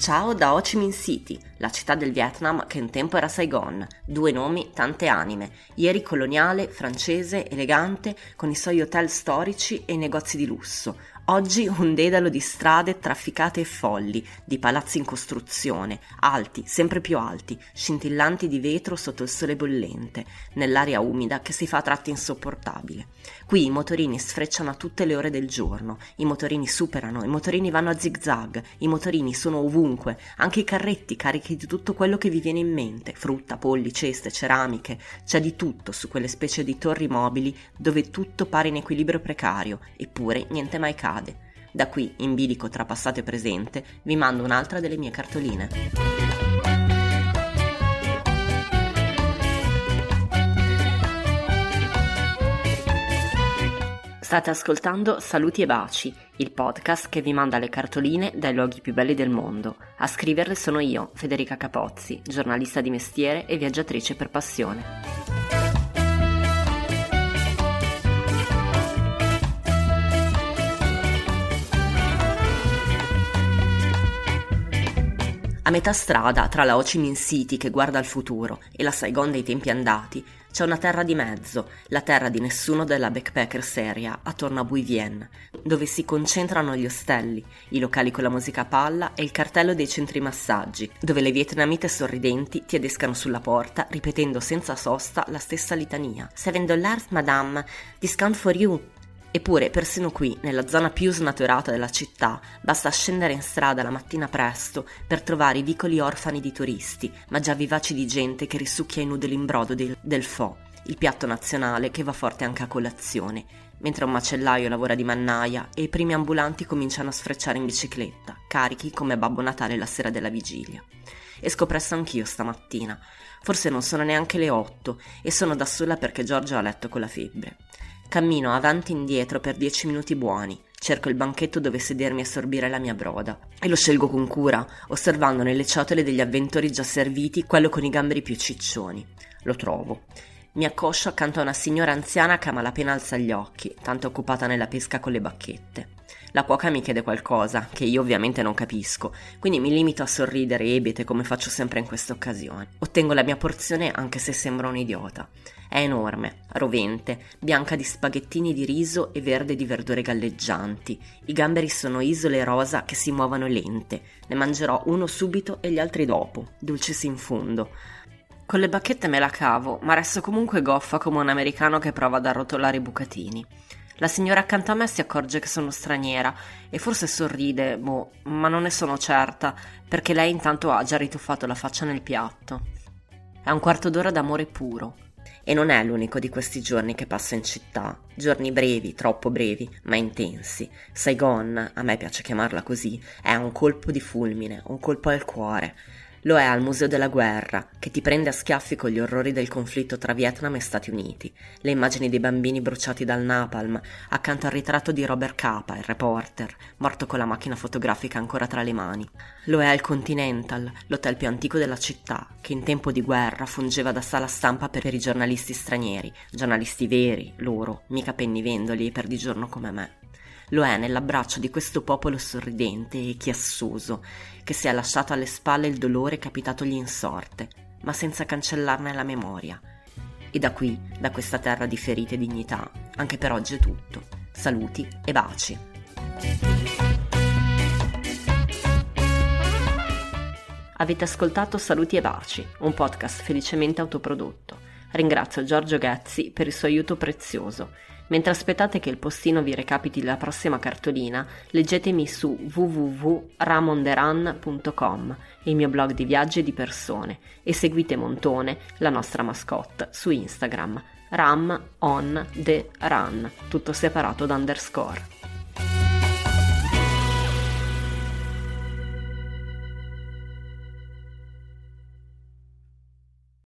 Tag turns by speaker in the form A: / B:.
A: Ciao da Ho Chi Minh City, la città del Vietnam che un tempo era Saigon. 2 nomi, tante anime. Ieri coloniale, francese, elegante, con i suoi hotel storici e i negozi di lusso. Oggi un dedalo di strade trafficate e folli, di palazzi in costruzione, alti, sempre più alti, scintillanti di vetro sotto il sole bollente, nell'aria umida che si fa a tratti insopportabile. Qui i motorini sfrecciano a tutte le ore del giorno, i motorini superano, i motorini vanno a zig-zag, i motorini sono ovunque, anche i carretti carichi di tutto quello che vi viene in mente, frutta, polli, ceste, ceramiche, c'è di tutto su quelle specie di torri mobili dove tutto pare in equilibrio precario, eppure niente mai cade. Da qui, in bilico tra passato e presente, vi mando un'altra delle mie cartoline. State ascoltando Saluti e Baci, il podcast che vi manda le cartoline dai luoghi più belli del mondo. A scriverle sono io, Federica Capozzi, giornalista di mestiere e viaggiatrice per passione. A metà strada, tra la Ho Chi Minh City che guarda al futuro e la Saigon dei tempi andati, c'è una terra di mezzo, la terra di nessuno della Backpackers Area attorno a Bui Vien, dove si concentrano gli ostelli, i locali con la musica a palla e il cartello dei centri massaggi, dove le vietnamite sorridenti ti adescano sulla porta ripetendo senza sosta la stessa litania. $7, madame, discount for you. Eppure, persino qui, nella zona più snaturata della città, basta scendere in strada la mattina presto per trovare i vicoli orfani di turisti, ma già vivaci di gente che risucchia i nudoli in brodo del pho, il piatto nazionale che va forte anche a colazione, mentre un macellaio lavora di mannaia e i primi ambulanti cominciano a sfrecciare in bicicletta, carichi come Babbo Natale la sera della vigilia. Esco presto anch'io stamattina, forse non sono neanche le 8 e sono da sola perché Giorgio ha letto con la febbre. Cammino avanti e indietro per 10 minuti buoni, cerco il banchetto dove sedermi e assorbire la mia broda e lo scelgo con cura, osservando nelle ciotole degli avventori già serviti quello con i gamberi più ciccioni. Lo trovo. Mi accoscio accanto a una signora anziana che a malapena alza gli occhi, tanto occupata nella pesca con le bacchette. La cuoca mi chiede qualcosa, che io ovviamente non capisco, quindi mi limito a sorridere ebete come faccio sempre in queste occasioni. Ottengo la mia porzione anche se sembro un idiota. È enorme, rovente, bianca di spaghettini di riso e verde di verdure galleggianti. I gamberi sono isole rosa che si muovono lente. Ne mangerò uno subito e gli altri dopo, dulcis in fondo. Con le bacchette me la cavo, ma resto comunque goffa come un americano che prova ad arrotolare i bucatini. La signora accanto a me si accorge che sono straniera e forse sorride, ma non ne sono certa, perché lei intanto ha già rituffato la faccia nel piatto. È un quarto d'ora d'amore puro. E non è l'unico di questi giorni che passo in città. Giorni brevi, troppo brevi, ma intensi. Saigon, a me piace chiamarla così, è un colpo di fulmine, un colpo al cuore. Lo è al Museo della Guerra, che ti prende a schiaffi con gli orrori del conflitto tra Vietnam e Stati Uniti, le immagini dei bambini bruciati dal napalm, accanto al ritratto di Robert Capa, il reporter, morto con la macchina fotografica ancora tra le mani. Lo è al Continental, l'hotel più antico della città, che in tempo di guerra fungeva da sala stampa per i giornalisti stranieri, giornalisti veri, loro, mica pennivendoli e perdigiorno come me. Lo è nell'abbraccio di questo popolo sorridente e chiassoso, che si è lasciato alle spalle il dolore capitatogli in sorte, ma senza cancellarne la memoria. E da qui, da questa terra di ferite e dignità, anche per oggi è tutto. Saluti e baci. Avete ascoltato Saluti e Baci, un podcast felicemente autoprodotto. Ringrazio Giorgio Ghezzi per il suo aiuto prezioso. Mentre aspettate che il postino vi recapiti la prossima cartolina, leggetemi su www.ramonderan.com, il mio blog di viaggi e di persone, e seguite Montone, la nostra mascotte, su Instagram, Ram on the Run, tutto separato da underscore.